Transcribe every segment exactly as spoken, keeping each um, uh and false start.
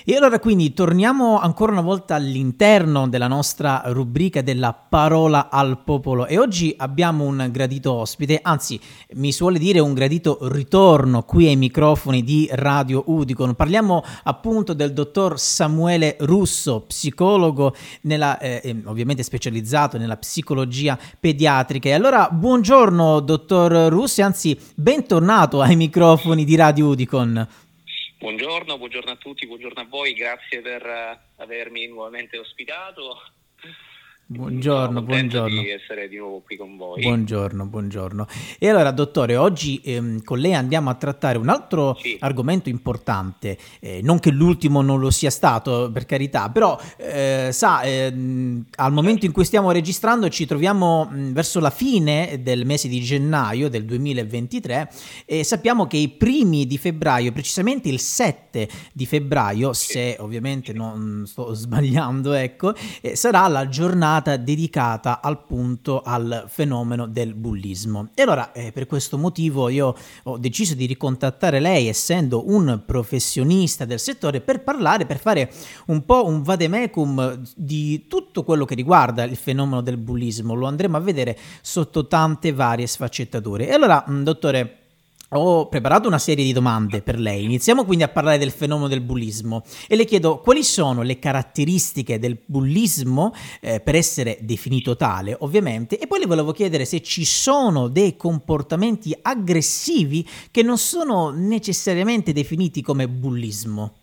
E allora quindi torniamo ancora una volta all'interno della nostra rubrica della parola al popolo e oggi abbiamo un gradito ospite, anzi mi suole dire un gradito ritorno qui ai microfoni di Radio Udicon. Parliamo appunto del dottor Samuele Russo, psicologo nella, eh, ovviamente specializzato nella psicologia pediatrica. E allora buongiorno dottor Russo, anzi bentornato ai microfoni di Radio Udicon. Buongiorno, buongiorno a tutti, buongiorno a voi, grazie per uh, avermi nuovamente ospitato. Buongiorno, Sono contento buongiorno. di essere di nuovo qui con voi. Buongiorno, buongiorno. E allora, dottore, oggi ehm, con lei andiamo a trattare un altro Sì. argomento importante, eh, non che l'ultimo non lo sia stato, per carità, però eh, sa, ehm, al momento in cui stiamo registrando ci troviamo mh, verso la fine del mese di gennaio del duemilaventitré e sappiamo che i primi di febbraio, precisamente il sette di febbraio, Sì. se ovviamente non sto sbagliando, ecco, eh, sarà la giornata dedicata al punto al fenomeno del bullismo. E allora eh, per questo motivo io ho deciso di ricontattare lei, essendo un professionista del settore, per parlare, per fare un po' un vademecum di tutto quello che riguarda il fenomeno del bullismo. Lo andremo a vedere sotto tante varie sfaccettature. E allora, mh, dottore, ho preparato una serie di domande per lei. Iniziamo quindi a parlare del fenomeno del bullismo e le chiedo quali sono le caratteristiche del bullismo eh, per essere definito tale, ovviamente, e poi le volevo chiedere se ci sono dei comportamenti aggressivi che non sono necessariamente definiti come bullismo.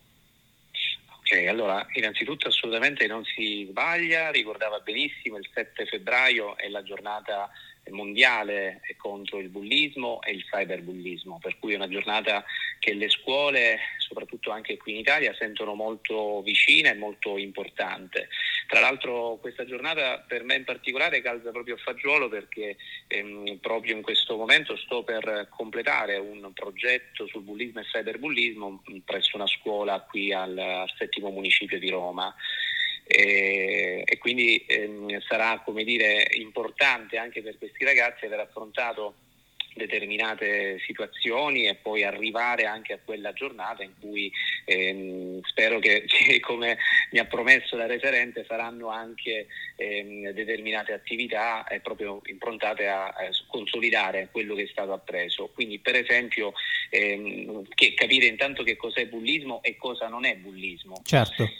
Ok, allora innanzitutto assolutamente non si sbaglia, ricordava benissimo, il sette febbraio è la giornata mondiale contro il bullismo e il cyberbullismo, per cui è una giornata che le scuole, soprattutto anche qui in Italia, sentono molto vicina e molto importante. Tra l'altro questa giornata per me in particolare calza proprio a fagiolo perché ehm, proprio in questo momento sto per completare un progetto sul bullismo e cyberbullismo presso una scuola qui al, al settimo municipio di Roma. E, e quindi ehm, sarà, come dire, importante anche per questi ragazzi aver affrontato determinate situazioni e poi arrivare anche a quella giornata in cui ehm, spero che, che, come mi ha promesso la referente, faranno anche ehm, determinate attività eh, proprio improntate a, a consolidare quello che è stato appreso. Quindi per esempio ehm, che capire intanto che cos'è bullismo e cosa non è bullismo. Certo.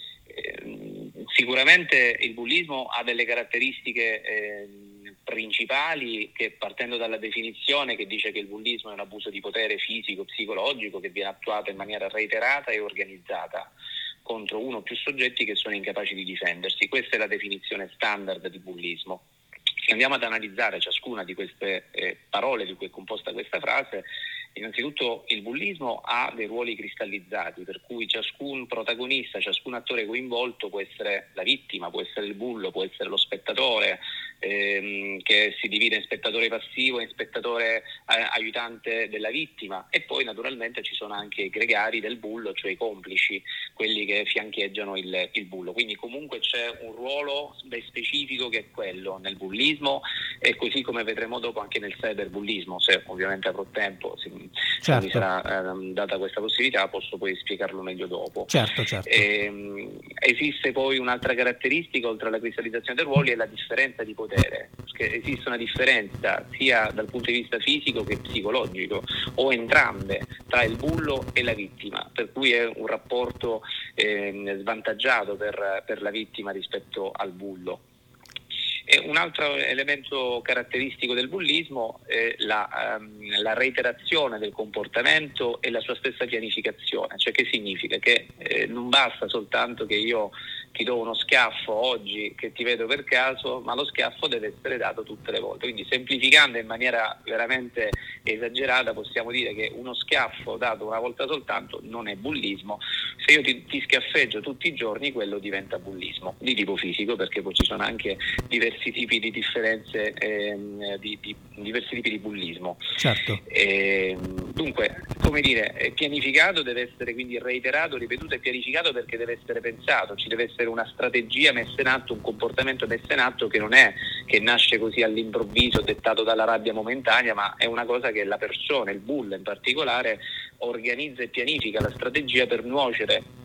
Sicuramente il bullismo ha delle caratteristiche eh, principali che, partendo dalla definizione che dice che il bullismo è un abuso di potere fisico, psicologico che viene attuato in maniera reiterata e organizzata contro uno o più soggetti che sono incapaci di difendersi. Questa è la definizione standard di bullismo. Se andiamo ad analizzare ciascuna di queste eh, parole di cui è composta questa frase, innanzitutto il bullismo ha dei ruoli cristallizzati, per cui ciascun protagonista, ciascun attore coinvolto può essere la vittima, può essere il bullo, può essere lo spettatore, ehm, che si divide in spettatore passivo e in spettatore eh, aiutante della vittima, e poi naturalmente ci sono anche i gregari del bullo, cioè i complici, quelli che fiancheggiano il, il bullo. Quindi comunque c'è un ruolo ben specifico che è quello nel bullismo, e così come vedremo dopo anche nel cyberbullismo, se ovviamente avrò tempo, se, Certo. se mi sarà eh, data questa possibilità posso poi spiegarlo meglio dopo. Certo, certo. E, esiste poi un'altra caratteristica oltre alla cristallizzazione dei ruoli, è la differenza di potere, perché esiste una differenza sia dal punto di vista fisico che psicologico, o entrambe, tra il bullo e la vittima, per cui è un rapporto eh, svantaggiato per, per la vittima rispetto al bullo. E un altro elemento caratteristico del bullismo è la, um, la reiterazione del comportamento e la sua stessa pianificazione. Cioè, che significa? Che eh, non basta soltanto che io ti do uno schiaffo oggi che ti vedo per caso, ma lo schiaffo deve essere dato tutte le volte. Quindi, semplificando in maniera veramente esagerata, possiamo dire che uno schiaffo dato una volta soltanto non è bullismo. Se io ti, ti schiaffeggio tutti i giorni, quello diventa bullismo di tipo fisico, perché poi ci sono anche diversi tipi di differenze, ehm, di, di diversi tipi di bullismo. Certo. E, dunque, come dire, pianificato deve essere quindi reiterato, ripetuto e pianificato, perché deve essere pensato, ci deve essere una strategia messa in atto, un comportamento messo in atto che non è che nasce così all'improvviso, dettato dalla rabbia momentanea, ma è una cosa che la persona, il bullo in particolare, organizza e pianifica la strategia per nuocere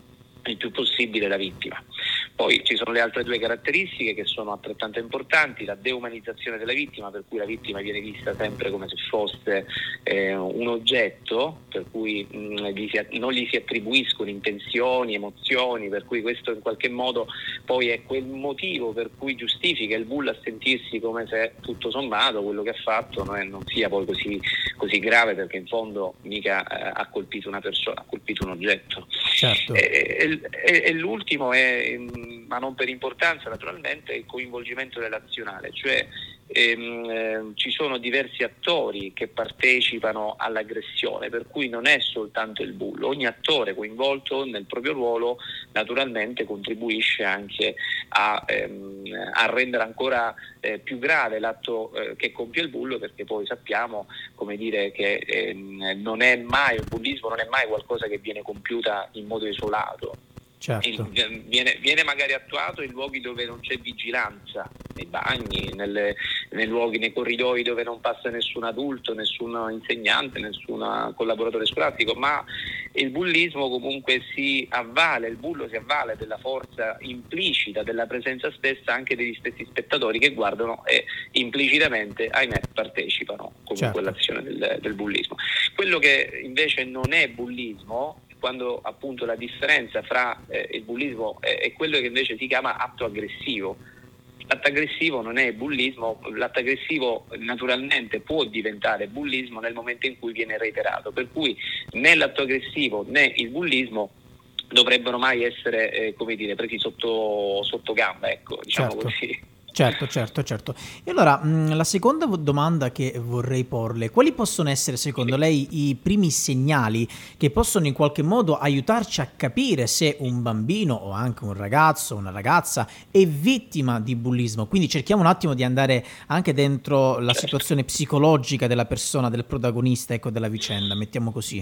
il più possibile la vittima. Poi ci sono le altre due caratteristiche che sono altrettanto importanti: la deumanizzazione della vittima, per cui la vittima viene vista sempre come se fosse eh, un oggetto, per cui mh, gli si, non gli si attribuiscono intenzioni, emozioni, per cui questo in qualche modo poi è quel motivo per cui giustifica il bullo a sentirsi come se tutto sommato quello che ha fatto non, è, non sia poi così, così grave, perché in fondo mica eh, ha colpito una persona, ha colpito un oggetto. Certo. E, e, e l'ultimo è, ma non per importanza naturalmente, il coinvolgimento relazionale, cioè ehm, eh, ci sono diversi attori che partecipano all'aggressione, per cui non è soltanto il bullo, ogni attore coinvolto nel proprio ruolo naturalmente contribuisce anche a, ehm, a rendere ancora eh, più grave l'atto eh, che compie il bullo, perché poi sappiamo, come dire, che ehm, non è mai, il bullismo non è mai qualcosa che viene compiuta in modo isolato. Certo. Il, viene, viene magari attuato in luoghi dove non c'è vigilanza, nei bagni, nelle, nei luoghi, nei corridoi dove non passa nessun adulto, nessun insegnante, nessun collaboratore scolastico, ma il bullismo comunque si avvale, il bullo si avvale della forza implicita della presenza stessa anche degli stessi spettatori che guardano e implicitamente, ahimè, partecipano comunque Certo. all'azione del, del bullismo. Quello che invece non è bullismo, quando appunto la differenza fra eh, il bullismo e, e quello che invece si chiama atto aggressivo. L'atto aggressivo non è bullismo, l'atto aggressivo naturalmente può diventare bullismo nel momento in cui viene reiterato, per cui né l'atto aggressivo né il bullismo dovrebbero mai essere eh, come dire, presi sotto, sotto gamba, ecco, diciamo Certo. così. Certo, certo, certo. E allora, mh, la seconda vo- domanda che vorrei porle: quali possono essere secondo lei i primi segnali che possono in qualche modo aiutarci a capire se un bambino o anche un ragazzo, una ragazza è vittima di bullismo? Quindi cerchiamo un attimo di andare anche dentro la Certo. situazione psicologica della persona, del protagonista, ecco, della vicenda, mettiamo così.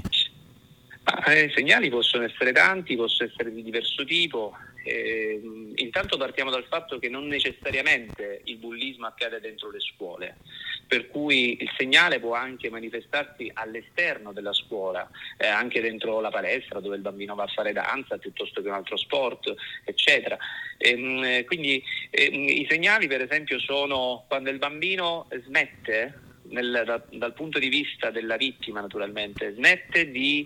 Ma, eh, segnali possono essere tanti, possono essere di diverso tipo. Eh, intanto partiamo dal fatto che non necessariamente il bullismo accade dentro le scuole, per cui il segnale può anche manifestarsi all'esterno della scuola, eh, anche dentro la palestra dove il bambino va a fare danza piuttosto che un altro sport, eccetera. E, quindi eh, i segnali per esempio sono quando il bambino smette, Nel, da, dal punto di vista della vittima naturalmente, smette di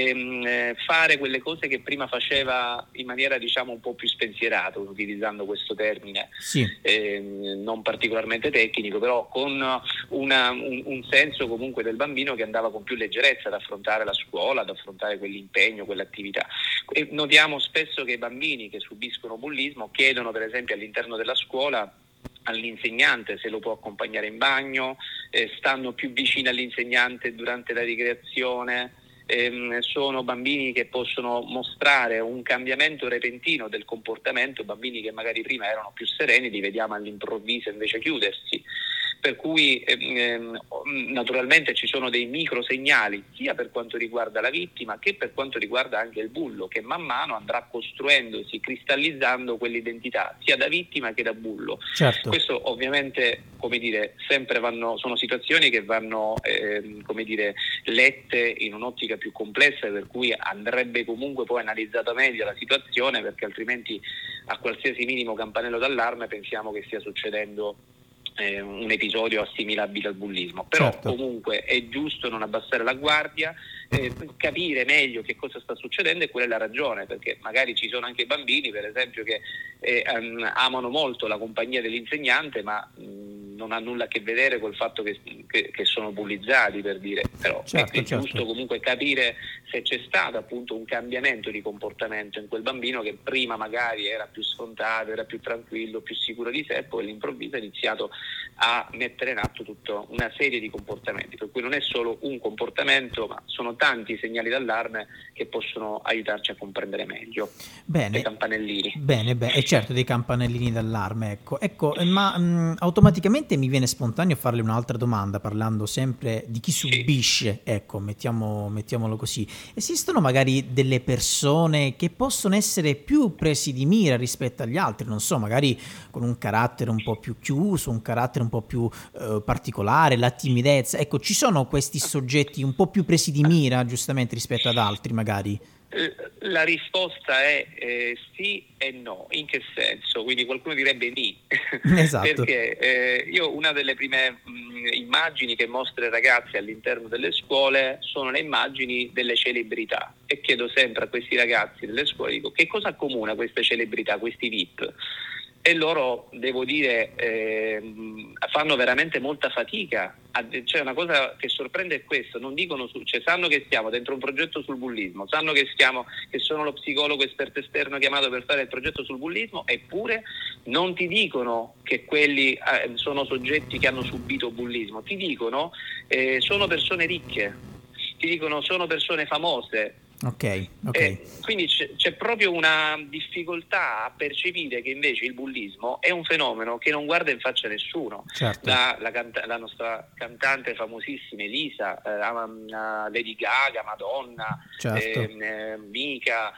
ehm, fare quelle cose che prima faceva in maniera diciamo un po' più spensierata, utilizzando questo termine Sì. ehm, non particolarmente tecnico, però con una, un, un senso comunque del bambino che andava con più leggerezza ad affrontare la scuola, ad affrontare quell'impegno, quell'attività. E notiamo spesso che i bambini che subiscono bullismo chiedono per esempio all'interno della scuola all'insegnante se lo può accompagnare in bagno, eh, stanno più vicini all'insegnante durante la ricreazione, ehm, sono bambini che possono mostrare un cambiamento repentino del comportamento, bambini che magari prima erano più sereni li vediamo all'improvviso invece chiudersi. Per cui ehm, naturalmente ci sono dei micro segnali sia per quanto riguarda la vittima che per quanto riguarda anche il bullo, che man mano andrà costruendosi, cristallizzando quell'identità sia da vittima che da bullo. Certo. Questo ovviamente, come dire, sempre vanno, sono situazioni che vanno ehm, come dire, lette in un'ottica più complessa, per cui andrebbe comunque poi analizzata meglio la situazione, perché altrimenti a qualsiasi minimo campanello d'allarme pensiamo che stia succedendo Eh, un episodio assimilabile al bullismo. Però Certo. comunque è giusto non abbassare la guardia, eh, capire meglio che cosa sta succedendo, e quella è la ragione, perché magari ci sono anche bambini per esempio che eh, amano molto la compagnia dell'insegnante, ma mh, non ha nulla a che vedere col fatto che, che, che sono bullizzati, per dire. Però Certo, è giusto certo. comunque capire se c'è stato appunto un cambiamento di comportamento in quel bambino che prima magari era più sfrontato, era più tranquillo, più sicuro di sé, poi all'improvviso ha iniziato a mettere in atto tutta una serie di comportamenti, per cui non è solo un comportamento, ma sono tanti i segnali d'allarme che possono aiutarci a comprendere meglio. Bene. Dei campanellini. Bene, beh, e certo, dei campanellini d'allarme, ecco. Ecco, eh, ma mh, automaticamente mi viene spontaneo farle un'altra domanda, parlando sempre di chi Sì. subisce, ecco, mettiamo, mettiamolo così. Esistono magari delle persone che possono essere più presi di mira rispetto agli altri, non so, magari con un carattere un po' più chiuso, un carattere un po' più eh, particolare, la timidezza, ecco, ci sono questi soggetti un po' più presi di mira, giustamente, rispetto ad altri magari? La risposta è eh, sì e no. In che senso? Quindi qualcuno direbbe ni. Esatto. Perché eh, io una delle prime mh, immagini che mostro ai ragazzi all'interno delle scuole sono le immagini delle celebrità, e chiedo sempre a questi ragazzi delle scuole, dico, che cosa accomuna queste celebrità, questi V I P? E loro, devo dire, eh, fanno veramente molta fatica. Cioè, una cosa che sorprende è questo: non dicono su, cioè, sanno che stiamo dentro un progetto sul bullismo, sanno che stiamo, che sono lo psicologo esperto esterno chiamato per fare il progetto sul bullismo, eppure non ti dicono che quelli eh, sono soggetti che hanno subito bullismo, ti dicono eh, sono persone ricche, ti dicono sono persone famose. Ok, ok. Eh, quindi c'è, c'è proprio una difficoltà a percepire che invece il bullismo è un fenomeno che non guarda in faccia a nessuno. Certo. La, la, canta, la nostra cantante famosissima Elisa, eh, Lady Gaga, Madonna, certo. eh, Mika,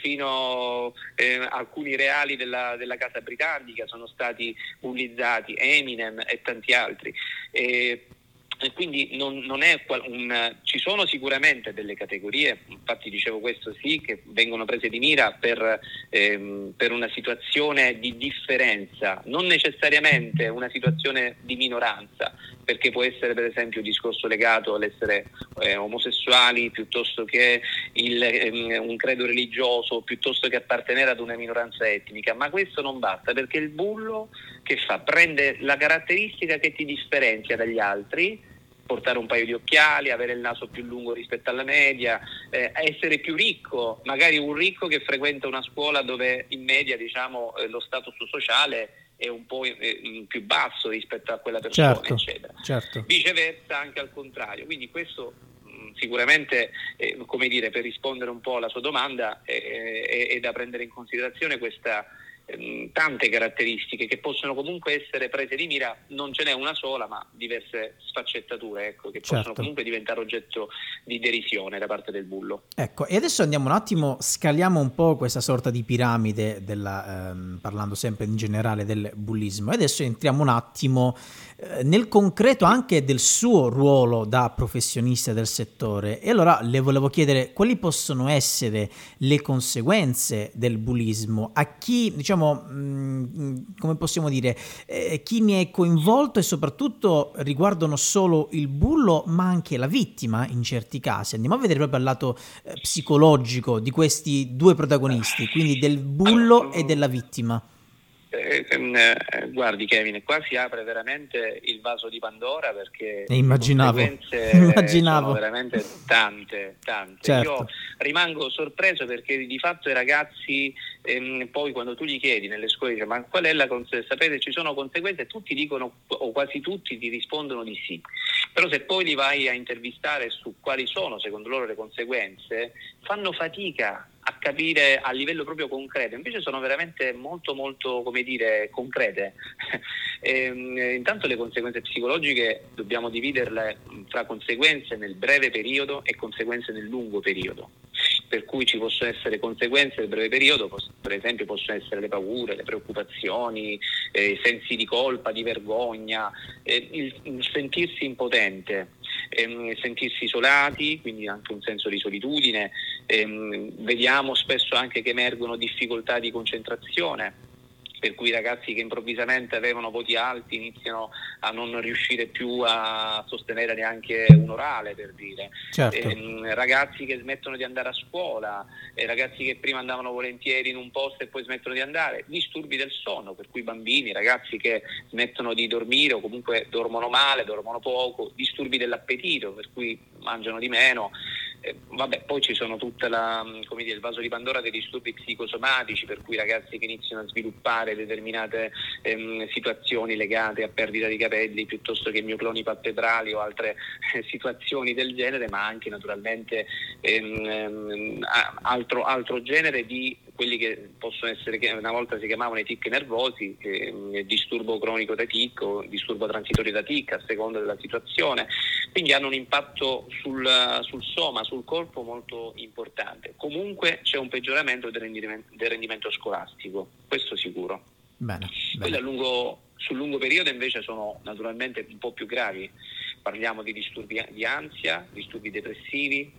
perfino eh, alcuni reali della, della casa britannica sono stati bullizzati, Eminem e tanti altri. Eh, E quindi non, non è un, ci sono sicuramente delle categorie, infatti dicevo questo sì, che vengono prese di mira per, ehm, per una situazione di differenza, non necessariamente una situazione di minoranza, perché può essere per esempio un discorso legato all'essere eh, omosessuali, piuttosto che il, ehm, un credo religioso, piuttosto che appartenere ad una minoranza etnica, ma questo non basta, perché il bullo che fa? Prende la caratteristica che ti differenzia dagli altri, portare un paio di occhiali, avere il naso più lungo rispetto alla media, eh, essere più ricco, magari un ricco che frequenta una scuola dove in media, diciamo, eh, lo status sociale è un po' eh, più basso rispetto a quella persona, certo, eccetera. Certo. Viceversa anche al contrario. Quindi questo mh, sicuramente, eh, come dire, per rispondere un po' alla sua domanda, eh, è, è da prendere in considerazione questa tante caratteristiche che possono comunque essere prese di mira, non ce n'è una sola ma diverse sfaccettature, ecco, che certo. possono comunque diventare oggetto di derisione da parte del bullo. Ecco, e adesso andiamo un attimo, scaliamo un po' questa sorta di piramide della, ehm, parlando sempre in generale del bullismo, e adesso entriamo un attimo eh, nel concreto anche del suo ruolo da professionista del settore. E allora le volevo chiedere quali possono essere le conseguenze del bullismo, a chi, diciamo, mh, come possiamo dire, eh, chi ne è coinvolto, e soprattutto riguardano solo il bullo ma anche la vittima in certi casi. Andiamo a vedere proprio al lato eh, psicologico di questi due protagonisti, quindi del bullo e della vittima. Eh, eh, guardi Kevin, qua si apre veramente il vaso di Pandora, perché e immaginavo. le conseguenze immaginavo. sono veramente tante, tante. Certo. Io rimango sorpreso perché di fatto i ragazzi ehm, poi quando tu gli chiedi nelle scuole, dice, ma qual è la conseguenza? Sapete, ci sono conseguenze? Tutti dicono, o quasi tutti ti rispondono di sì. Però se poi li vai a intervistare su quali sono secondo loro le conseguenze, fanno fatica a capire a livello proprio concreto, invece sono veramente molto molto, come dire, concrete. e, intanto le conseguenze psicologiche dobbiamo dividerle tra conseguenze nel breve periodo e conseguenze nel lungo periodo, per cui ci possono essere conseguenze nel breve periodo, per esempio possono essere le paure, le preoccupazioni, eh, sensi di colpa, di vergogna, eh, il, il sentirsi impotente, ehm, sentirsi isolati, quindi anche un senso di solitudine. Ehm, vediamo spesso anche che emergono difficoltà di concentrazione, per cui i ragazzi che improvvisamente avevano voti alti iniziano a non riuscire più a sostenere neanche un orale, per dire. Certo. Eh, ragazzi che smettono di andare a scuola, eh, ragazzi che prima andavano volentieri in un posto e poi smettono di andare, disturbi del sonno, per cui bambini, ragazzi che smettono di dormire o comunque dormono male, dormono poco, disturbi dell'appetito, per cui mangiano di meno. Eh, vabbè, poi ci sono tutta la, come dire, il vaso di Pandora dei disturbi psicosomatici, per cui ragazzi che iniziano a sviluppare determinate ehm, situazioni legate a perdita di capelli, piuttosto che miocloni palpebrali o altre eh, situazioni del genere, ma anche naturalmente ehm, ehm, altro, altro genere di quelli che possono essere, che una volta si chiamavano i tic nervosi, eh, disturbo cronico da tic o disturbo transitorio da tic, a seconda della situazione. Quindi hanno un impatto sul, sul soma, sul corpo molto importante. Comunque c'è un peggioramento del rendimento, del rendimento scolastico, questo sicuro. Bene, Quelli a lungo, sul lungo periodo invece sono naturalmente un po' più gravi. Parliamo di disturbi di ansia, disturbi depressivi,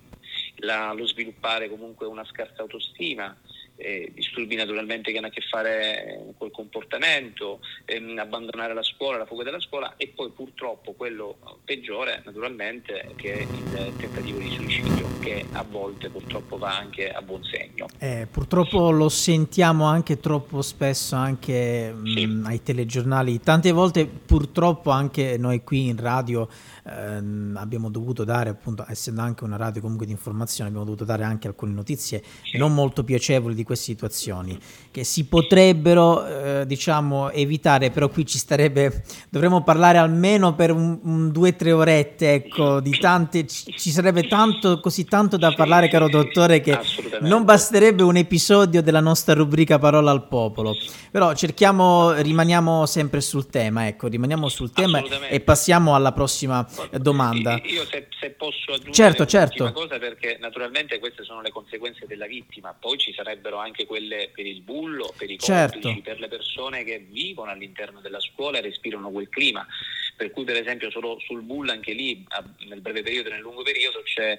la, lo sviluppare comunque una scarsa autostima, eh, disturbi naturalmente che hanno a che fare col comportamento, ehm, abbandonare la scuola, la fuga dalla scuola, e poi purtroppo quello peggiore naturalmente che è il tentativo di suicidio, che a volte purtroppo va anche a buon segno. Eh, purtroppo lo sentiamo anche troppo spesso anche Sì. mh, ai telegiornali, tante volte purtroppo anche noi qui in radio ehm, abbiamo dovuto dare, appunto, essendo anche una radio comunque di informazione, abbiamo dovuto dare anche alcune notizie Sì. non molto piacevoli di queste situazioni che si potrebbero eh, diciamo evitare, però qui ci starebbe, dovremmo parlare almeno per un, un due o tre orette, ecco, di tante, ci, ci sarebbe tanto, così tanto da Sì, parlare, sì, caro sì, dottore, che non basterebbe un episodio della nostra rubrica Parola al Popolo. Però cerchiamo, rimaniamo sempre sul tema, ecco, rimaniamo sul tema e passiamo alla prossima domanda. Io se, se posso aggiungere certo, un'ultima certo. cosa, perché naturalmente queste sono le conseguenze della vittima, poi ci sarebbero anche quelle per il bullo, per i certo. complici, per le persone che vivono all'interno della scuola e respirano quel clima. Per cui per esempio solo sul bullo, anche lì nel breve periodo e nel lungo periodo, c'è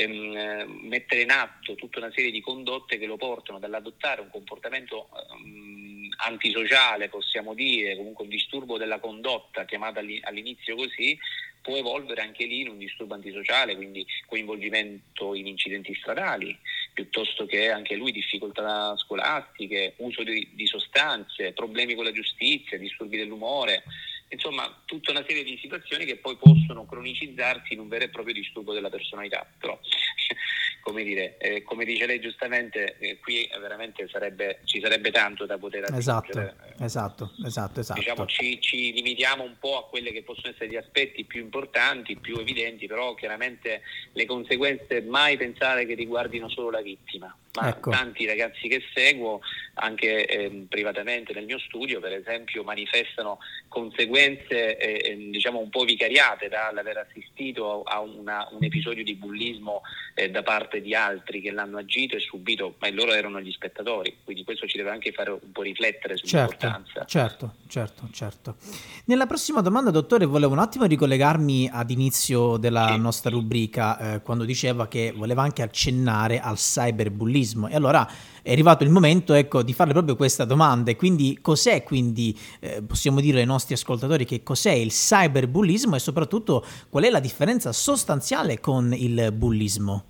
ehm, mettere in atto tutta una serie di condotte che lo portano dall'adottare un comportamento ehm, antisociale, possiamo dire, comunque un disturbo della condotta, chiamata all'inizio così, può evolvere anche lì in un disturbo antisociale, quindi coinvolgimento in incidenti stradali, piuttosto che anche lui difficoltà scolastiche, uso di, di sostanze, problemi con la giustizia, disturbi dell'umore. Insomma, tutta una serie di situazioni che poi possono cronicizzarsi in un vero e proprio disturbo della personalità. Però, come dire, eh, come dice lei giustamente, eh, qui veramente sarebbe, ci sarebbe tanto da poter aggiungere. Esatto, esatto, esatto, esatto. Diciamo, ci, ci limitiamo un po' a quelli che possono essere gli aspetti più importanti, più evidenti, però chiaramente le conseguenze mai pensare che riguardino solo la vittima. Ma ecco. Tanti ragazzi che seguo, anche eh, privatamente nel mio studio, per esempio, manifestano conseguenze eh, diciamo un po' vicariate dall'aver assistito a una, un episodio di bullismo eh, da parte di altri che l'hanno agito e subito, ma loro erano gli spettatori, quindi questo ci deve anche fare un po' riflettere sull'importanza. Certo, certo, certo. Nella prossima domanda, dottore, volevo un attimo ricollegarmi ad inizio della sì. nostra rubrica, eh, quando diceva che voleva anche accennare al cyberbullismo. E allora è arrivato il momento, ecco, di farle proprio questa domanda. E quindi cos'è, quindi eh, possiamo dire ai nostri ascoltatori che cos'è il cyberbullismo e soprattutto qual è la differenza sostanziale con il bullismo?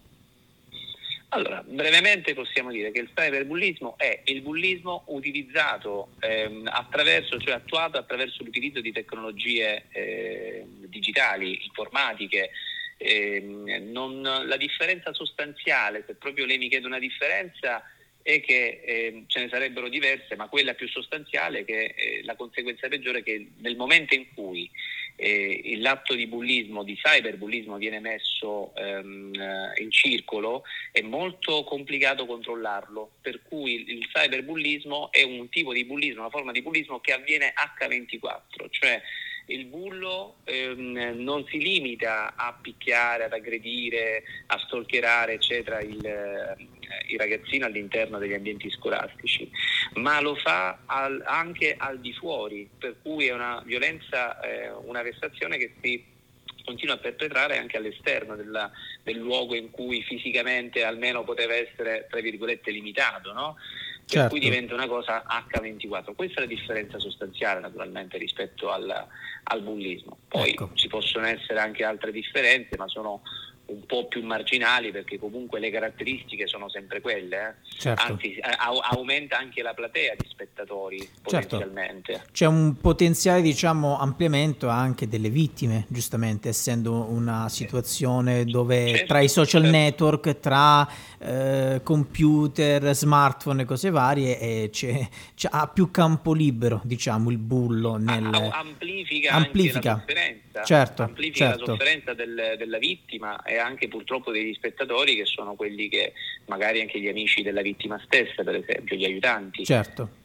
Allora, brevemente possiamo dire che il cyberbullismo è il bullismo utilizzato ehm, attraverso, cioè attuato attraverso l'utilizzo di tecnologie eh, digitali, informatiche. Eh, non, la differenza sostanziale, se proprio lei mi chiede una differenza, è che eh, ce ne sarebbero diverse, ma quella più sostanziale, che eh, la conseguenza peggiore è che nel momento in cui eh, l'atto di bullismo, di cyberbullismo viene messo ehm, in circolo, è molto complicato controllarlo, per cui il cyberbullismo è un tipo di bullismo, una forma di bullismo che avviene acca ventiquattro, cioè il bullo ehm, non si limita a picchiare, ad aggredire, a stalkerare, eccetera, il, eh, i ragazzini all'interno degli ambienti scolastici, ma lo fa al, anche al di fuori, per cui è una violenza, eh, una vessazione che si continua a perpetrare anche all'esterno della, del luogo in cui fisicamente almeno poteva essere, tra virgolette, limitato, no? Per certo. cui diventa una cosa acca ventiquattro. Questa è la differenza sostanziale naturalmente rispetto al, al bullismo. Poi ecco. ci possono essere anche altre differenze, ma sono un po' più marginali, perché comunque le caratteristiche sono sempre quelle, eh? certo. Anzi a- aumenta anche la platea di spettatori potenzialmente. Certo. C'è un potenziale, diciamo, ampliamento anche delle vittime, giustamente, essendo una situazione dove certo, tra i social certo. network, tra eh, computer, smartphone e cose varie, eh, c'è, c'è, ha più campo libero, diciamo, il bullo nel... A- amplifica, amplifica. anche la sofferenza, certo, amplifica certo. la sofferenza del, della vittima e anche purtroppo degli spettatori, che sono quelli che magari anche gli amici della vittima stessa, per esempio, gli aiutanti. Certo,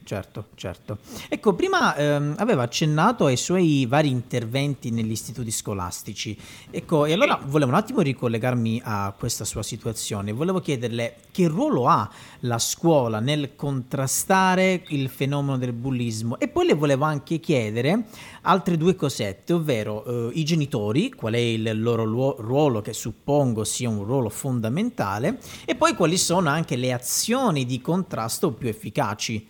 certo, certo. Ecco, prima ehm, aveva accennato ai suoi vari interventi negli istituti scolastici. Ecco, e allora Sì. volevo un attimo ricollegarmi a questa sua situazione. Volevo chiederle che ruolo ha la scuola nel contrastare il fenomeno del bullismo e poi le volevo anche chiedere altre due cosette, ovvero eh, i genitori, qual è il loro luo- ruolo, che suppongo sia un ruolo fondamentale, e poi quali sono anche le azioni di contrasto più efficaci.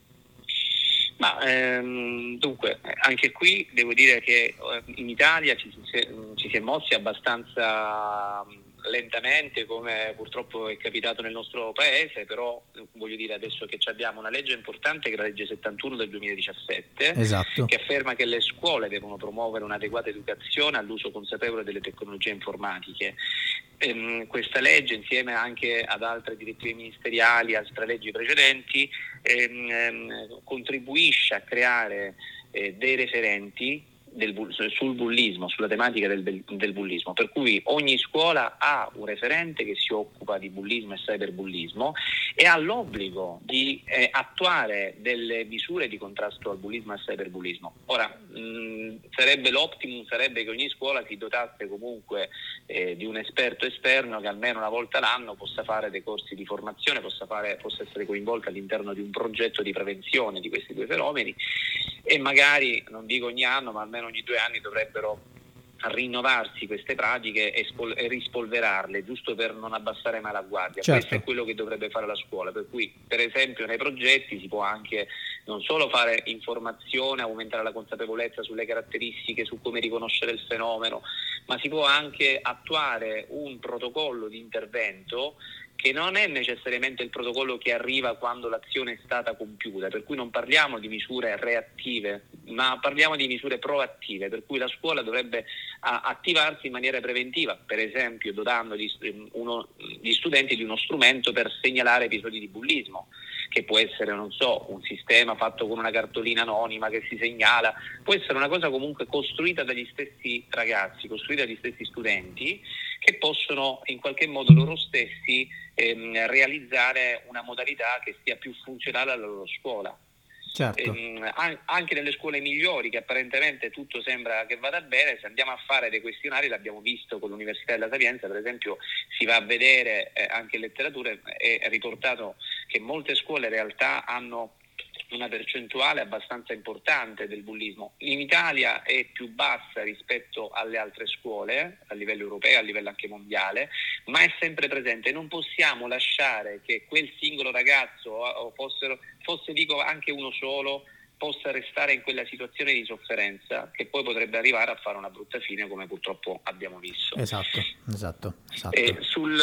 Ma ehm, dunque, eh, anche qui devo dire che eh, in Italia ci si, è- ci si è mossi abbastanza mh, lentamente, come purtroppo è capitato nel nostro paese, però eh, voglio dire adesso che ci abbiamo una legge importante, che è la legge settantuno del duemiladiciassette, Esatto. che afferma che le scuole devono promuovere un'adeguata educazione all'uso consapevole delle tecnologie informatiche. Ehm, questa legge, insieme anche ad altre direttive ministeriali, altre leggi precedenti, ehm, ehm, contribuisce a creare eh, dei referenti del, sul bullismo, sulla tematica del, del, del bullismo, per cui ogni scuola ha un referente che si occupa di bullismo e cyberbullismo e ha l'obbligo di eh, attuare delle misure di contrasto al bullismo e al cyberbullismo. Ora, mh, sarebbe l'optimum, sarebbe che ogni scuola si dotasse comunque eh, di un esperto esterno che almeno una volta l'anno possa fare dei corsi di formazione, possa, fare, possa essere coinvolta all'interno di un progetto di prevenzione di questi due fenomeni e magari, non dico ogni anno, ma almeno ogni due anni dovrebbero rinnovarsi queste pratiche e, spol- e rispolverarle, giusto per non abbassare mai la guardia. Certo. Questo è quello che dovrebbe fare la scuola, per cui per esempio nei progetti si può anche non solo fare informazione, aumentare la consapevolezza sulle caratteristiche, su come riconoscere il fenomeno, ma si può anche attuare un protocollo di intervento che non è necessariamente il protocollo che arriva quando l'azione è stata compiuta, per cui non parliamo di misure reattive, ma parliamo di misure proattive, per cui la scuola dovrebbe a, attivarsi in maniera preventiva, per esempio dotando gli, uno, gli studenti di uno strumento per segnalare episodi di bullismo, che può essere, non so, un sistema fatto con una cartolina anonima che si segnala, può essere una cosa comunque costruita dagli stessi ragazzi, costruita dagli stessi studenti, che possono in qualche modo loro stessi ehm, realizzare una modalità che sia più funzionale alla loro scuola. Certo. Ehm, anche nelle scuole migliori, che apparentemente tutto sembra che vada bene, se andiamo a fare dei questionari, l'abbiamo visto con l'Università della Sapienza per esempio, si va a vedere eh, anche in letteratura, è riportato che molte scuole in realtà hanno una percentuale abbastanza importante del bullismo. In Italia è più bassa rispetto alle altre scuole, a livello europeo, a livello anche mondiale, ma è sempre presente. Non possiamo lasciare che quel singolo ragazzo, o fossero, fosse dico anche uno solo, possa restare in quella situazione di sofferenza che poi potrebbe arrivare a fare una brutta fine, come purtroppo abbiamo visto. Esatto, esatto, esatto. E sul,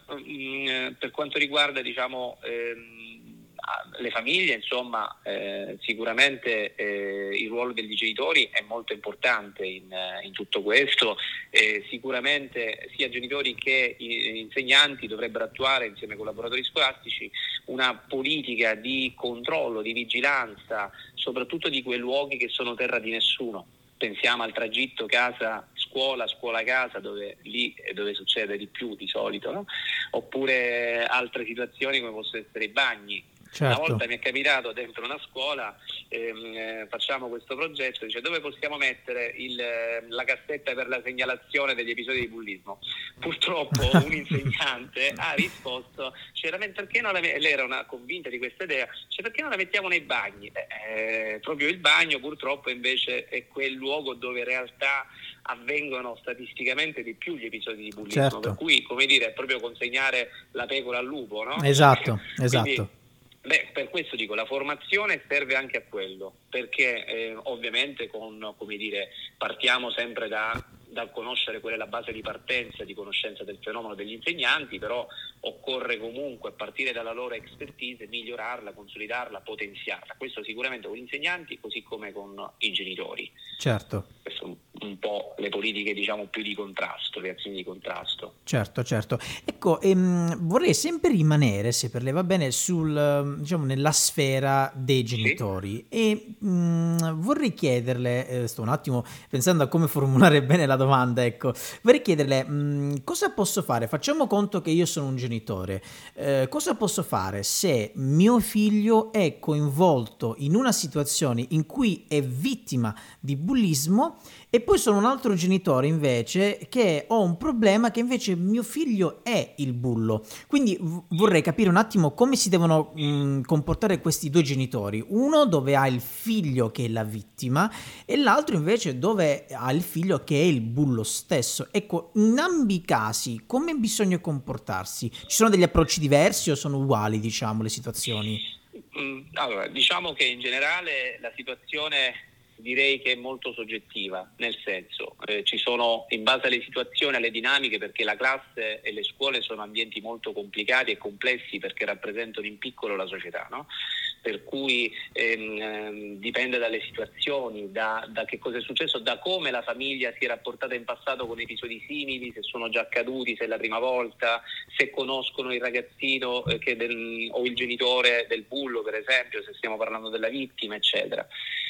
mh, per quanto riguarda, diciamo, ehm, le famiglie, insomma, eh, sicuramente eh, il ruolo degli genitori è molto importante in, in tutto questo. Eh, sicuramente sia genitori che insegnanti dovrebbero attuare insieme ai collaboratori scolastici una politica di controllo, di vigilanza, soprattutto di quei luoghi che sono terra di nessuno. Pensiamo al tragitto casa scuola, scuola casa, dove lì è dove succede di più di solito, no? Oppure altre situazioni come possono essere i bagni. Certo. Una volta mi è capitato dentro una scuola, ehm, eh, facciamo questo progetto, dice dove possiamo mettere il, la cassetta per la segnalazione degli episodi di bullismo. Purtroppo un insegnante ha risposto, cioè, perché non la, lei era una convinta di questa idea, cioè, perché non la mettiamo nei bagni? Eh, proprio il bagno purtroppo invece è quel luogo dove in realtà avvengono statisticamente di più gli episodi di bullismo, certo. Per cui, come dire, è proprio consegnare la pecora al lupo, no? Esatto, esatto. Quindi, beh, per questo dico, la formazione serve anche a quello, perché eh, ovviamente con, come dire, partiamo sempre da, da conoscere qual è la base di partenza di conoscenza del fenomeno degli insegnanti, però occorre comunque a partire dalla loro expertise migliorarla, consolidarla, potenziarla. Questo sicuramente con gli insegnanti, così come con i genitori. Certo. Questo un po' le politiche, diciamo, più di contrasto, le azioni di contrasto. Certo, certo. Ecco, ehm, vorrei sempre rimanere, se per lei va bene, sul, diciamo, nella sfera dei genitori. Sì. E mh, vorrei chiederle, eh, sto un attimo pensando a come formulare bene la domanda, ecco, vorrei chiederle mh, cosa posso fare? Facciamo conto che io sono un genitore. Eh, cosa posso fare se mio figlio è coinvolto in una situazione in cui è vittima di bullismo e poi sono un altro genitore invece che ho un problema che invece mio figlio è il bullo. Quindi v- vorrei capire un attimo come si devono mh, comportare questi due genitori. Uno dove ha il figlio che è la vittima e l'altro invece dove ha il figlio che è il bullo stesso. Ecco, in ambi i casi come bisogna comportarsi? Ci sono degli approcci diversi o sono uguali, diciamo, le situazioni? Allora, diciamo che in generale la situazione direi che è molto soggettiva, nel senso eh, ci sono, in base alle situazioni, alle dinamiche, perché la classe e le scuole sono ambienti molto complicati e complessi perché rappresentano in piccolo la società, no? Per cui ehm, dipende dalle situazioni, da, da che cosa è successo, da come la famiglia si è rapportata in passato con episodi simili, se sono già accaduti, se è la prima volta, se conoscono il ragazzino eh, che del, o il genitore del bullo, per esempio, se stiamo parlando della vittima, eccetera.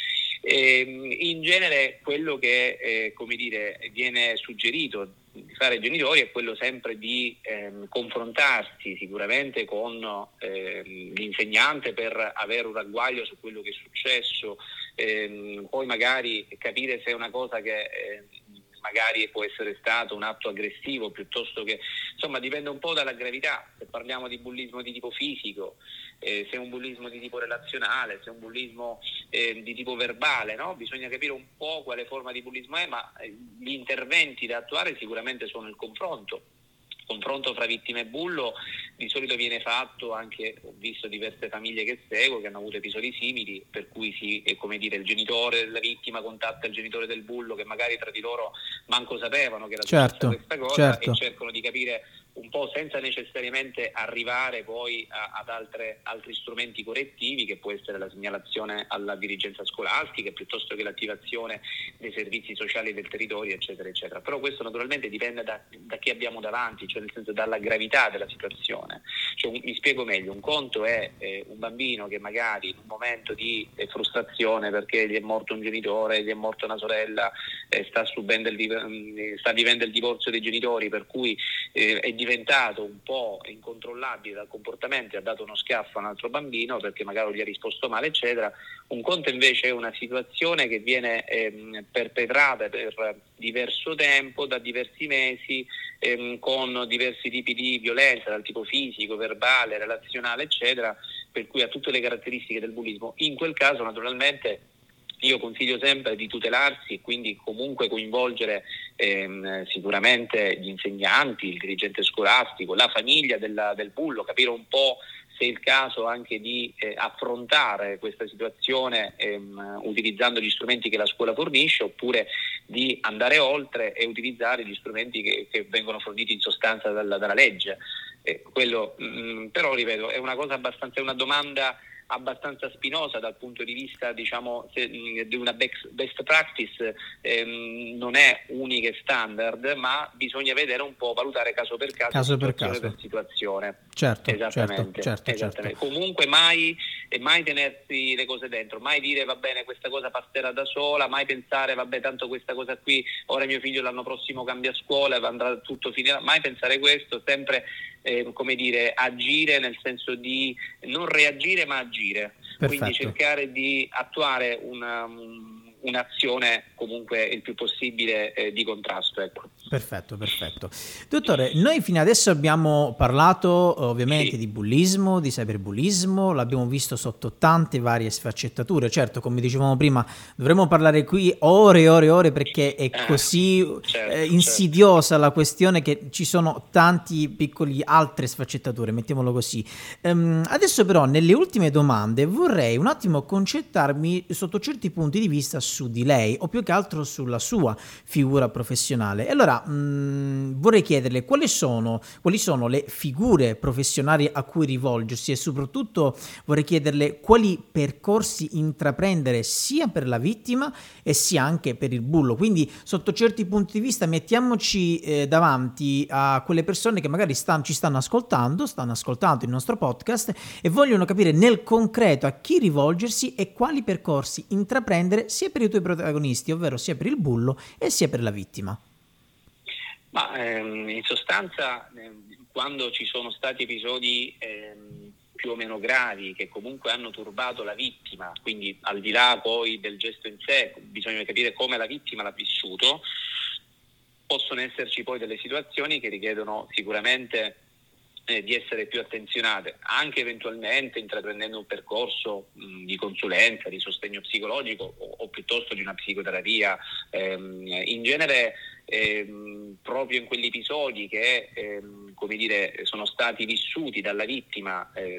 In genere quello che eh, come dire, viene suggerito di fare ai genitori è quello sempre di ehm, confrontarsi sicuramente con ehm, l'insegnante per avere un ragguaglio su quello che è successo, ehm, poi magari capire se è una cosa che eh, magari può essere stato un atto aggressivo piuttosto che, insomma, dipende un po' dalla gravità. Se parliamo di bullismo di tipo fisico, eh, se è un bullismo di tipo relazionale, se è un bullismo eh, di tipo verbale, no? Bisogna capire un po' quale forma di bullismo è, ma eh, gli interventi da attuare sicuramente sono il confronto. Confronto fra vittima e bullo di solito viene fatto anche, ho visto diverse famiglie che seguo che hanno avuto episodi simili, per cui si, è come dire, il genitore della vittima contatta il genitore del bullo che magari tra di loro manco sapevano che era certo, successa questa cosa, certo. E cercano di capire un po' senza necessariamente arrivare poi a, ad altre, altri strumenti correttivi, che può essere la segnalazione alla dirigenza scolastica piuttosto che l'attivazione dei servizi sociali del territorio, eccetera, eccetera. Però questo naturalmente dipende da, da chi abbiamo davanti, cioè nel senso dalla gravità della situazione. Cioè, un, mi spiego meglio, un conto è eh, un bambino che magari in un momento di eh, frustrazione perché gli è morto un genitore, gli è morta una sorella, eh, sta subendo il, sta vivendo il divorzio dei genitori, per cui eh, è diventato un po' incontrollabile dal comportamento e ha dato uno schiaffo a un altro bambino perché magari gli ha risposto male, eccetera. Un conto invece è una situazione che viene ehm, perpetrata per diverso tempo, da diversi mesi, ehm, con diversi tipi di violenza, dal tipo fisico, verbale, relazionale, eccetera, per cui ha tutte le caratteristiche del bullismo. In quel caso naturalmente io consiglio sempre di tutelarsi e quindi comunque coinvolgere ehm, sicuramente gli insegnanti, il dirigente scolastico, la famiglia della, del bullo, capire un po' se è il caso anche di eh, affrontare questa situazione ehm, utilizzando gli strumenti che la scuola fornisce, oppure di andare oltre e utilizzare gli strumenti che, che vengono forniti in sostanza dalla, dalla legge. Eh, quello, mh, però ripeto, è una cosa abbastanza, è una domanda abbastanza spinosa dal punto di vista, diciamo, se, di una best practice, ehm, non è unica e standard, ma bisogna vedere un po', valutare caso per caso, caso per situazione caso. per situazione. Certo, esattamente, certo, certo, esattamente. certo. Comunque mai, mai tenersi le cose dentro, mai dire va bene questa cosa passerà da sola, mai pensare vabbè tanto questa cosa qui, ora mio figlio l'anno prossimo cambia scuola, andrà tutto finirà, mai pensare questo, sempre eh, come dire, agire nel senso di non reagire ma agire. Perfetto. Quindi cercare di attuare una, un'azione comunque il più possibile eh, di contrasto, ecco. Perfetto, perfetto. Dottore, noi fino adesso abbiamo parlato ovviamente sì. di bullismo, di cyberbullismo, l'abbiamo visto sotto tante varie sfaccettature. Certo, come dicevamo prima, dovremmo parlare qui ore e ore e ore perché è così eh, certo, eh, insidiosa certo. la questione che ci sono tanti piccoli altre sfaccettature, mettiamolo così. Um, adesso però nelle ultime domande vorrei un attimo concentrarmi sotto certi punti di vista su di lei o più che altro sulla sua figura professionale. E allora allora mh, vorrei chiederle quali sono, quali sono le figure professionali a cui rivolgersi e soprattutto vorrei chiederle quali percorsi intraprendere sia per la vittima e sia anche per il bullo. Quindi sotto certi punti di vista mettiamoci eh, davanti a quelle persone che magari stanno, ci stanno ascoltando, stanno ascoltando il nostro podcast e vogliono capire nel concreto a chi rivolgersi e quali percorsi intraprendere sia per i tuoi protagonisti, ovvero sia per il bullo e sia per la vittima. Ma ehm, in sostanza ehm, quando ci sono stati episodi ehm, più o meno gravi che comunque hanno turbato la vittima, quindi al di là poi del gesto in sé, bisogna capire come la vittima l'ha vissuto, possono esserci poi delle situazioni che richiedono sicuramente eh, di essere più attenzionate, anche eventualmente intraprendendo un percorso mh, di consulenza, di sostegno psicologico o, o piuttosto di una psicoterapia. Ehm, in genere ehm, proprio in quegli episodi che ehm, come dire, sono stati vissuti dalla vittima eh,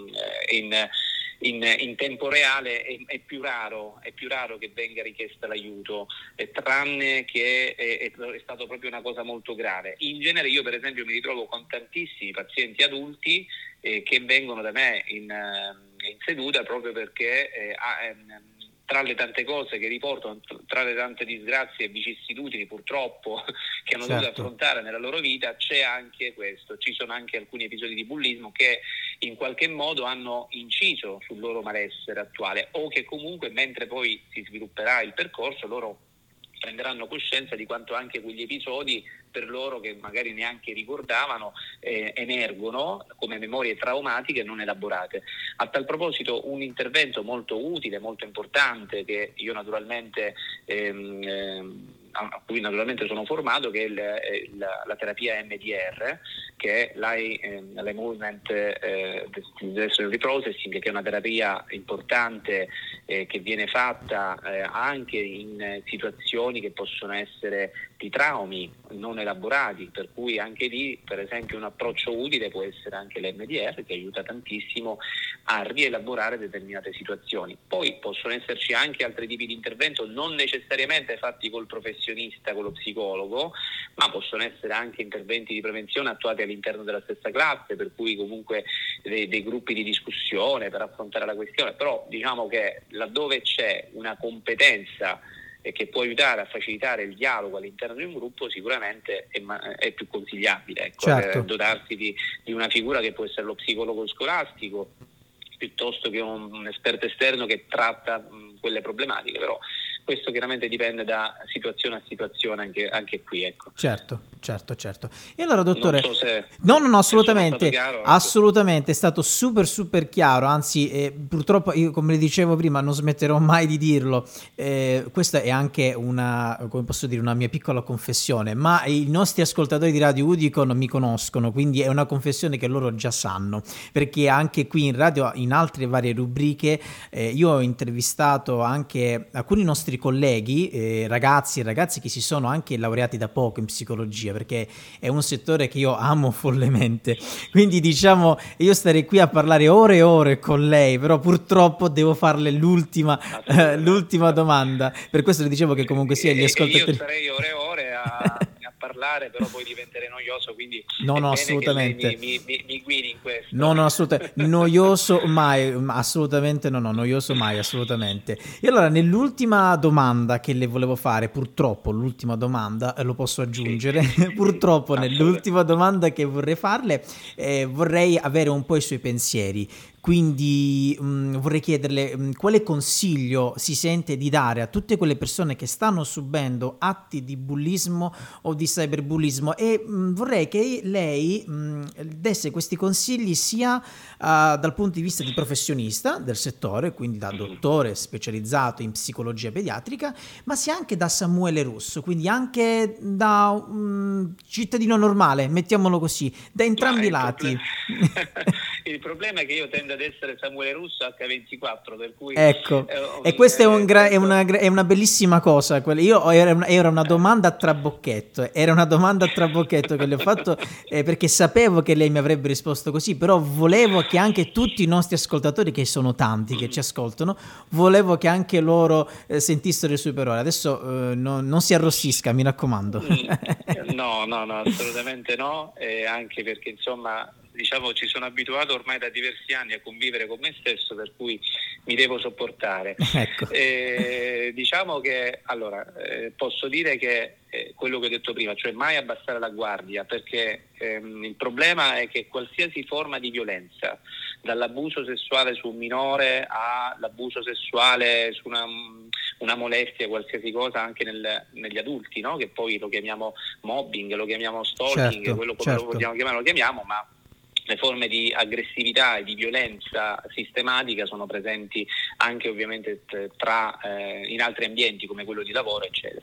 in In, in tempo reale è, è più raro è più raro che venga richiesta l'aiuto, eh, tranne che è, è, è stato proprio una cosa molto grave. In genere io per esempio mi ritrovo con tantissimi pazienti adulti eh, che vengono da me in, in seduta proprio perché eh, ha, tra le tante cose che riportano, tra le tante disgrazie e vicissitudini purtroppo che hanno certo. dovuto affrontare nella loro vita, c'è anche questo, ci sono anche alcuni episodi di bullismo che in qualche modo hanno inciso sul loro malessere attuale o che comunque mentre poi si svilupperà il percorso loro prenderanno coscienza di quanto anche quegli episodi per loro che magari neanche ricordavano eh, emergono come memorie traumatiche non elaborate. A tal proposito un intervento molto utile, molto importante che io naturalmente ehm, ehm, a cui naturalmente sono formato, che è il, la, la terapia M D R, che è l'Eye eh, Movement eh, Destination Reprocessing, che è una terapia importante eh, che viene fatta eh, anche in situazioni che possono essere di traumi non elaborati, per cui anche lì per esempio un approccio utile può essere anche l'M D R, che aiuta tantissimo a rielaborare determinate situazioni. Poi possono esserci anche altri tipi di intervento, non necessariamente fatti col professionista, con lo psicologo, ma possono essere anche interventi di prevenzione attuati all'interno della stessa classe, per cui comunque dei, dei gruppi di discussione per affrontare la questione. Però diciamo che laddove c'è una competenza e che può aiutare a facilitare il dialogo all'interno di un gruppo, sicuramente è, è più consigliabile, ecco, certo. dotarsi di, di una figura che può essere lo psicologo scolastico piuttosto che un, un esperto esterno che tratta mh, quelle problematiche, però questo chiaramente dipende da situazione a situazione anche, anche qui, ecco. Certo, certo, certo. E allora dottore, non so se no, no, no, assolutamente, chiaro, assolutamente, è stato super, super chiaro, anzi eh, purtroppo io come le dicevo prima non smetterò mai di dirlo, eh, questa è anche una, come posso dire, una mia piccola confessione, ma i nostri ascoltatori di Radio Udicon mi conoscono, quindi è una confessione che loro già sanno, perché anche qui in radio, in altre varie rubriche, eh, io ho intervistato anche alcuni nostri colleghi, eh, ragazzi e ragazzi che si sono anche laureati da poco in psicologia, perché è un settore che io amo follemente, quindi diciamo io starei qui a parlare ore e ore con lei, però purtroppo devo farle l'ultima, eh, l'ultima domanda, per questo le dicevo che comunque sia gli ascoltatori... Io starei ore e ore a... a parlare, però poi diventerei noioso, quindi no, no, assolutamente mi, mi, mi guidi in questo. No, no, assolutamente noioso mai, assolutamente no, no, noioso mai, assolutamente. E allora nell'ultima domanda che le volevo fare, purtroppo l'ultima domanda, eh, lo posso aggiungere, sì. purtroppo nell'ultima domanda che vorrei farle, eh, vorrei avere un po' i suoi pensieri. Quindi mh, vorrei chiederle mh, quale consiglio si sente di dare a tutte quelle persone che stanno subendo atti di bullismo o di cyberbullismo e mh, vorrei che lei mh, desse questi consigli sia uh, dal punto di vista di professionista del settore, quindi da dottore specializzato in psicologia pediatrica, ma sia anche da Samuele Russo, quindi anche da un cittadino normale, mettiamolo così, da entrambi i lati. Problem- il problema è che io tendo tende ad essere Samuele Russo acca ventiquattro, per cui ecco, eh, e questa è, un gra- è, questo... una, è una bellissima cosa. Io era una, era una domanda a trabocchetto, era una domanda a trabocchetto che le ho fatto eh, perché sapevo che lei mi avrebbe risposto così, però volevo che anche tutti i nostri ascoltatori, che sono tanti che ci ascoltano, volevo che anche loro eh, sentissero le sue parole. Adesso eh, no, non si arrossisca, mi raccomando. No, no, no, assolutamente no, eh, anche perché insomma, diciamo, ci sono abituato ormai da diversi anni a convivere con me stesso, per cui mi devo sopportare. Ecco. Eh, diciamo che, allora, eh, posso dire che eh, quello che ho detto prima, cioè mai abbassare la guardia, perché ehm, il problema è che qualsiasi forma di violenza, dall'abuso sessuale su un minore all'abuso sessuale su una, una molestia, qualsiasi cosa, anche nel, negli adulti, no? Che poi lo chiamiamo mobbing, lo chiamiamo stalking, certo, quello come certo. lo vogliamo chiamare, lo chiamiamo, ma le forme di aggressività e di violenza sistematica sono presenti anche ovviamente tra eh, in altri ambienti come quello di lavoro, eccetera.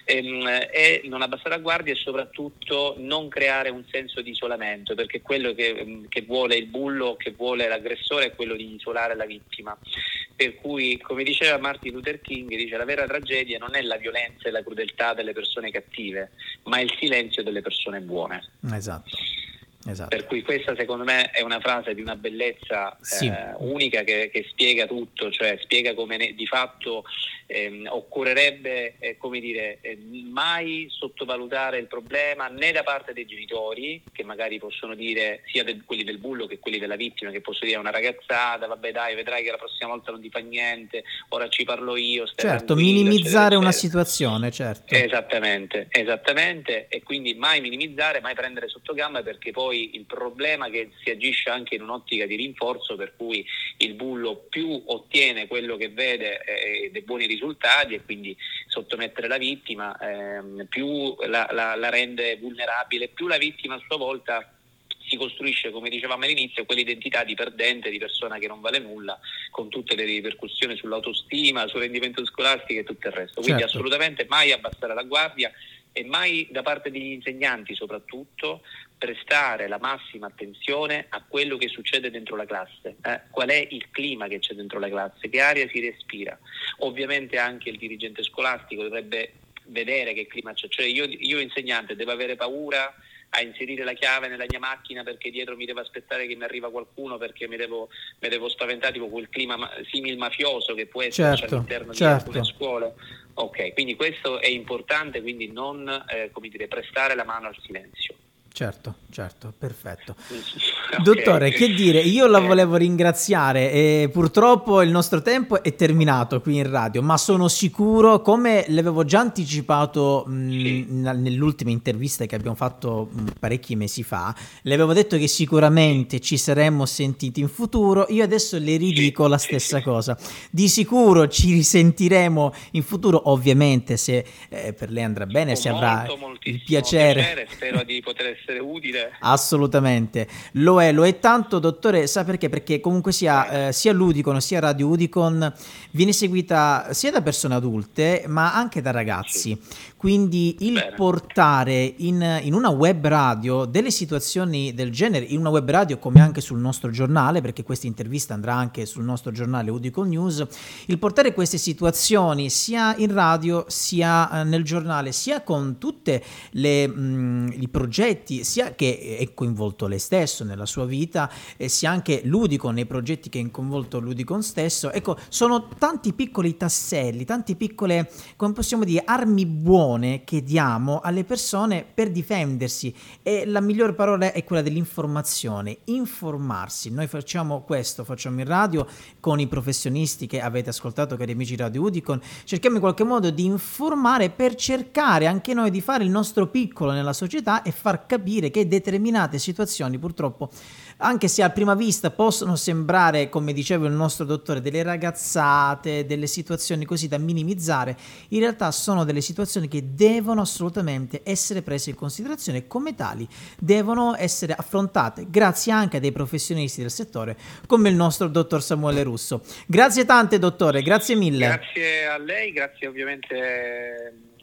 E, e non abbassare la guardia e soprattutto non creare un senso di isolamento, perché quello che, che vuole il bullo, che vuole l'aggressore, è quello di isolare la vittima. Per cui, come diceva Martin Luther King, dice: la vera tragedia non è la violenza e la crudeltà delle persone cattive, ma il silenzio delle persone buone. Esatto. Esatto. Per cui questa secondo me è una frase di una bellezza sì. eh, unica che, che spiega tutto, cioè spiega come ne, di fatto ehm, occorrerebbe eh, come dire eh, mai sottovalutare il problema né da parte dei genitori, che magari possono dire, sia del, quelli del bullo che quelli della vittima, che possono dire a una ragazzata: vabbè dai, vedrai che la prossima volta non ti fa niente, ora ci parlo io, stai certo, tranquillo, minimizzare eccetera, una eccetera. situazione, certo. Esattamente, esattamente, e quindi mai minimizzare, mai prendere sotto gamba, perché poi il problema è che si agisce anche in un'ottica di rinforzo, per cui il bullo più ottiene quello che vede eh, dei buoni risultati, e quindi sottomettere la vittima eh, più la, la, la rende vulnerabile, più la vittima a sua volta si costruisce, come dicevamo all'inizio, quell'identità di perdente, di persona che non vale nulla, con tutte le ripercussioni sull'autostima, sul rendimento scolastico e tutto il resto. Quindi certo. assolutamente mai abbassare la guardia, e mai da parte degli insegnanti soprattutto prestare la massima attenzione a quello che succede dentro la classe, eh? Qual è il clima che c'è dentro la classe, che aria si respira. Ovviamente anche il dirigente scolastico dovrebbe vedere che clima c'è, cioè io, io insegnante devo avere paura a inserire la chiave nella mia macchina perché dietro mi devo aspettare che mi arriva qualcuno, perché mi devo, mi devo spaventare, tipo quel clima simil mafioso che può esserci certo, all'interno certo. di alcune scuole. Ok, quindi questo è importante, quindi non eh, come dire, prestare la mano al silenzio. Certo, certo, perfetto. Okay. Dottore, che dire, io la volevo ringraziare e purtroppo il nostro tempo è terminato qui in radio, ma sono sicuro, come le avevo già anticipato mh, sì. nell'ultima intervista che abbiamo fatto mh, parecchi mesi fa, le avevo detto che sicuramente ci saremmo sentiti in futuro, io adesso le ridico sì, la sì, stessa sì. cosa. Di sicuro ci risentiremo in futuro, ovviamente se eh, per lei andrà bene, Con se avrà molto, il piacere. piacere, spero di poter essere utile. Assolutamente, lo è, lo è tanto, dottore, sa perché? Perché comunque sia, eh, sia l'Udicon sia Radio Udicon viene seguita sia da persone adulte ma anche da ragazzi, sì. Quindi il Bene. portare in, in una web radio delle situazioni del genere, in una web radio come anche sul nostro giornale, perché questa intervista andrà anche sul nostro giornale Udicon News, il portare queste situazioni sia in radio sia eh, nel giornale, sia con tutte le mh, i progetti, sia che è coinvolto lei stesso nella sua vita, e sia anche l'Udicon nei progetti che ha coinvolto l'Udicon stesso. Ecco, sono tanti piccoli tasselli, tanti piccole, come possiamo dire, armi buone che diamo alle persone per difendersi, e la migliore parola è quella dell'informazione, informarsi. Noi facciamo questo, facciamo in radio con i professionisti che avete ascoltato, cari amici Radio Udicon, cerchiamo in qualche modo di informare per cercare anche noi di fare il nostro piccolo nella società e far capire che determinate situazioni purtroppo, anche se a prima vista possono sembrare, come diceva il nostro dottore, delle ragazzate, delle situazioni così da minimizzare, in realtà sono delle situazioni che devono assolutamente essere prese in considerazione e come tali devono essere affrontate grazie anche a dei professionisti del settore come il nostro dottor Samuele Russo. Grazie tante, dottore, grazie mille. Grazie a lei, grazie ovviamente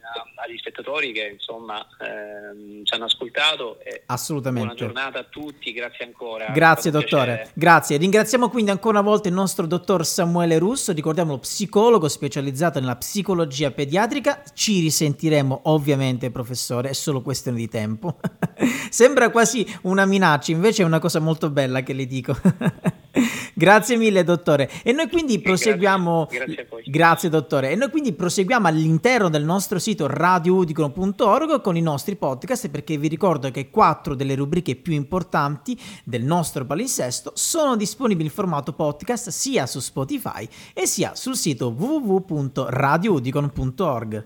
agli spettatori che insomma ehm, ci hanno ascoltato. E assolutamente. Buona giornata a tutti, grazie ancora. Grazie dottore, grazie. Ringraziamo quindi ancora una volta il nostro dottor Samuele Russo, ricordiamolo, psicologo specializzato nella psicologia pediatrica. Ci risentiremo ovviamente, professore, è solo questione di tempo. Sembra quasi una minaccia, invece è una cosa molto bella che le dico. Grazie mille dottore. E noi quindi proseguiamo. Grazie, grazie a voi. Grazie dottore. E noi quindi proseguiamo all'interno del nostro sito radio udicon punto org con i nostri podcast, perché vi ricordo che quattro delle rubriche più importanti del nostro palinsesto sono disponibili in formato podcast sia su Spotify e sia sul sito w w w punto radio udicon punto org.